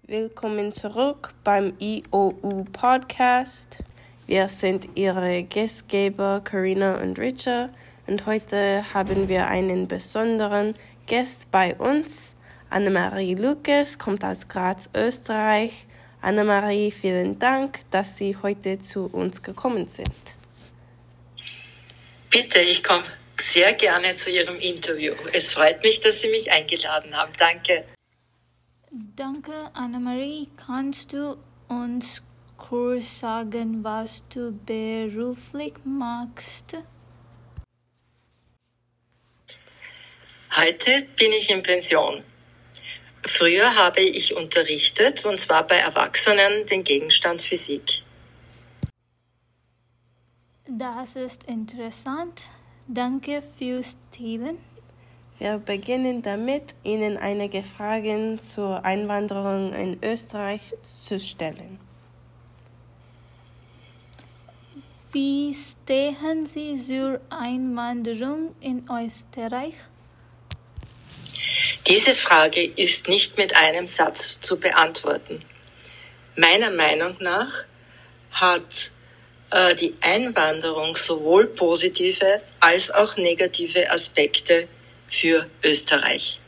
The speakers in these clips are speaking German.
Willkommen zurück beim IOU Podcast. Wir sind Ihre Gastgeber Carina und Richard und heute haben wir einen besonderen Gast bei uns. Annemarie Lucas kommt aus Graz, Österreich. Annemarie, vielen Dank, dass Sie heute zu uns gekommen sind. Bitte, ich komme sehr gerne zu Ihrem Interview. Es freut mich, dass Sie mich eingeladen haben. Danke. Danke, Annemarie. Kannst du uns kurz sagen, was du beruflich machst? Heute bin ich in Pension. Früher habe ich unterrichtet, und zwar bei Erwachsenen, den Gegenstand Physik. Das ist interessant. Danke fürs Teilen. Wir beginnen damit, Ihnen einige Fragen zur Einwanderung in Österreich zu stellen. Wie stehen Sie zur Einwanderung in Österreich? Diese Frage ist nicht mit einem Satz zu beantworten. Meiner Meinung nach hat die Einwanderung sowohl positive als auch negative Aspekte für Österreich.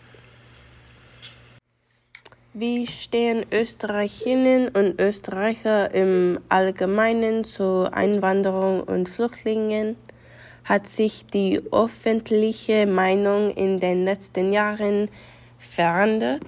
Wie stehen Österreicherinnen und Österreicher im Allgemeinen zur Einwanderung und Flüchtlingen? Hat sich die öffentliche Meinung in den letzten Jahren verändert?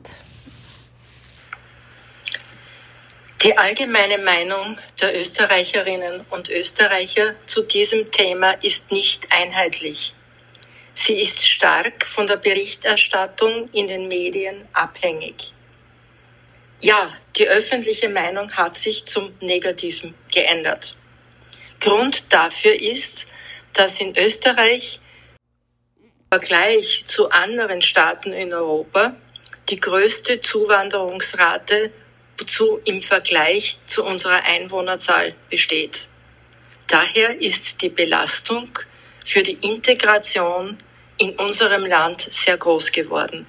Die allgemeine Meinung der Österreicherinnen und Österreicher zu diesem Thema ist nicht einheitlich. Sie ist stark von der Berichterstattung in den Medien abhängig. Ja, die öffentliche Meinung hat sich zum Negativen geändert. Grund dafür ist, dass in Österreich im Vergleich zu anderen Staaten in Europa die größte Zuwanderungsrate im Vergleich zu unserer Einwohnerzahl besteht. Daher ist die Belastung für die Integration in unserem Land sehr groß geworden.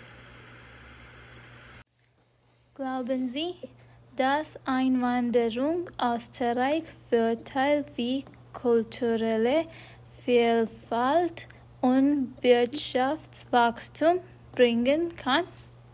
Glauben Sie, dass Einwanderung Österreich Vorteile wie kulturelle Vielfalt und Wirtschaftswachstum bringen kann?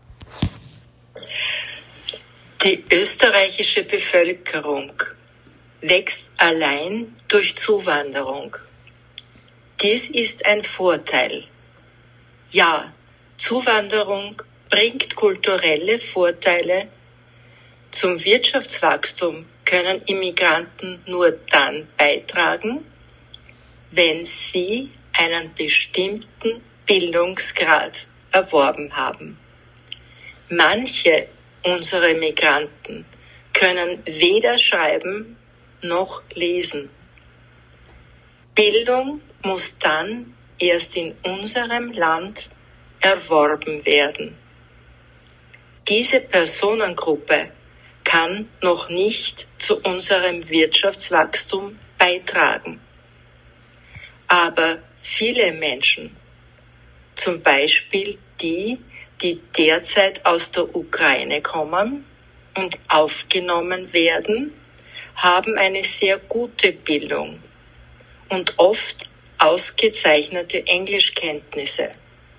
Die österreichische Bevölkerung wächst allein durch Zuwanderung. Dies ist ein Vorteil. Ja, Zuwanderung bringt kulturelle Vorteile. Zum Wirtschaftswachstum können Immigranten nur dann beitragen, wenn sie einen bestimmten Bildungsgrad erworben haben. Manche unserer Migranten können weder schreiben noch lesen. Bildung muss dann erst in unserem Land erworben werden. Diese Personengruppe kann noch nicht zu unserem Wirtschaftswachstum beitragen. Aber viele Menschen, zum Beispiel die derzeit aus der Ukraine kommen und aufgenommen werden, haben eine sehr gute Bildung und oft ausgezeichnete Englischkenntnisse.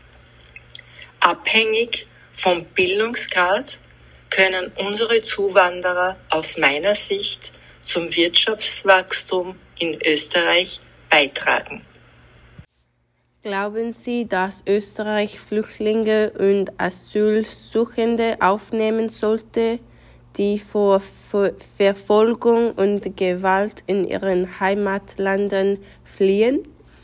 Abhängig vom Bildungsgrad können unsere Zuwanderer aus meiner Sicht zum Wirtschaftswachstum in Österreich beitragen. Glauben Sie, dass Österreich Flüchtlinge und Asylsuchende aufnehmen sollte, die vor Verfolgung und Gewalt in ihren Heimatländern fliehen?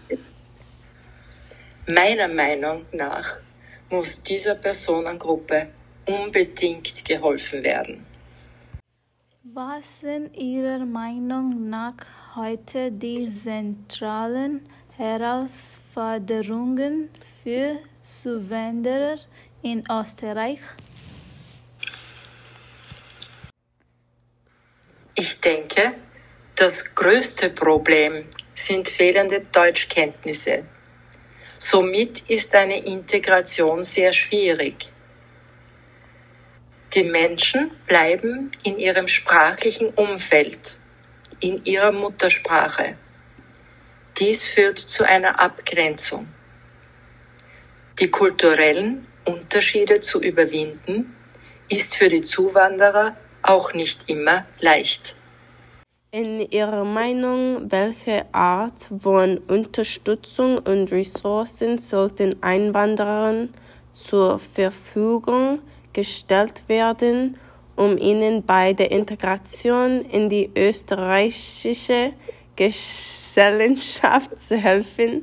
Meiner Meinung nach muss dieser Personengruppe unbedingt geholfen werden. Was sind Ihrer Meinung nach heute die zentralen Herausforderungen für Zuwanderer in Österreich? Ich denke, das größte Problem sind fehlende Deutschkenntnisse. Somit ist eine Integration sehr schwierig. Die Menschen bleiben in ihrem sprachlichen Umfeld, in ihrer Muttersprache. Dies führt zu einer Abgrenzung. Die kulturellen Unterschiede zu überwinden, ist für die Zuwanderer auch nicht immer leicht. In Ihrer Meinung, welche Art von Unterstützung und Ressourcen sollten Einwanderern zur Verfügung gestellt werden, um ihnen bei der Integration in die österreichische Gesellschaft zu helfen?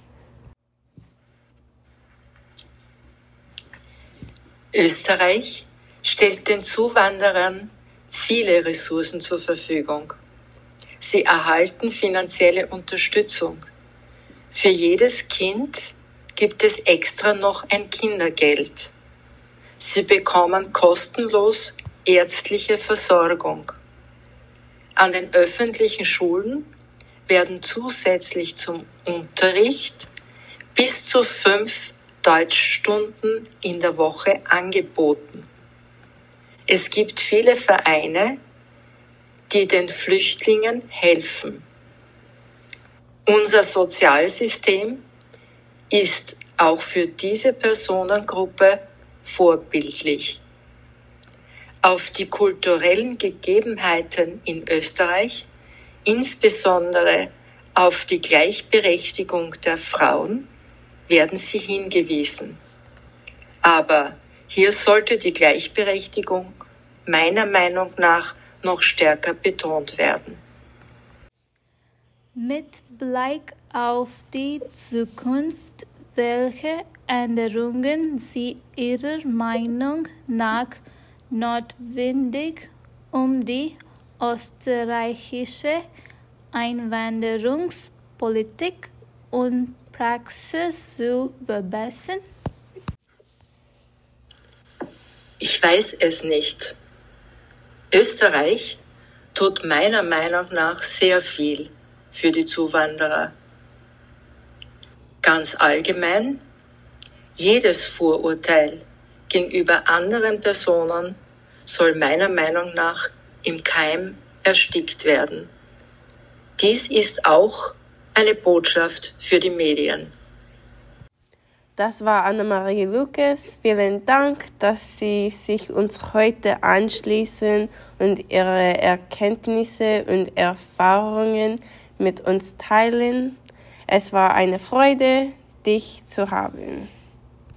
Österreich stellt den Zuwanderern viele Ressourcen zur Verfügung. Sie erhalten finanzielle Unterstützung. Für jedes Kind gibt es extra noch ein Kindergeld. Sie bekommen kostenlos ärztliche Versorgung. An den öffentlichen Schulen werden zusätzlich zum Unterricht bis zu 5 Deutschstunden in der Woche angeboten. Es gibt viele Vereine, die den Flüchtlingen helfen. Unser Sozialsystem ist auch für diese Personengruppe vorbildlich. Auf die kulturellen Gegebenheiten in Österreich, insbesondere auf die Gleichberechtigung der Frauen, werden sie hingewiesen. Aber hier sollte die Gleichberechtigung meiner Meinung nach noch stärker betont werden. Mit Blick auf die Zukunft, welche Änderungen Sie Ihrer Meinung nach notwendig, um die österreichische Einwanderungspolitik und Praxis zu verbessern? Ich weiß es nicht. Österreich tut meiner Meinung nach sehr viel für die Zuwanderer. Ganz allgemein, jedes Vorurteil gegenüber anderen Personen soll meiner Meinung nach im Keim erstickt werden. Dies ist auch eine Botschaft für die Medien. Das war Annemarie Lucas. Vielen Dank, dass Sie sich uns heute anschließen und Ihre Erkenntnisse und Erfahrungen mit uns teilen. Es war eine Freude, dich zu haben.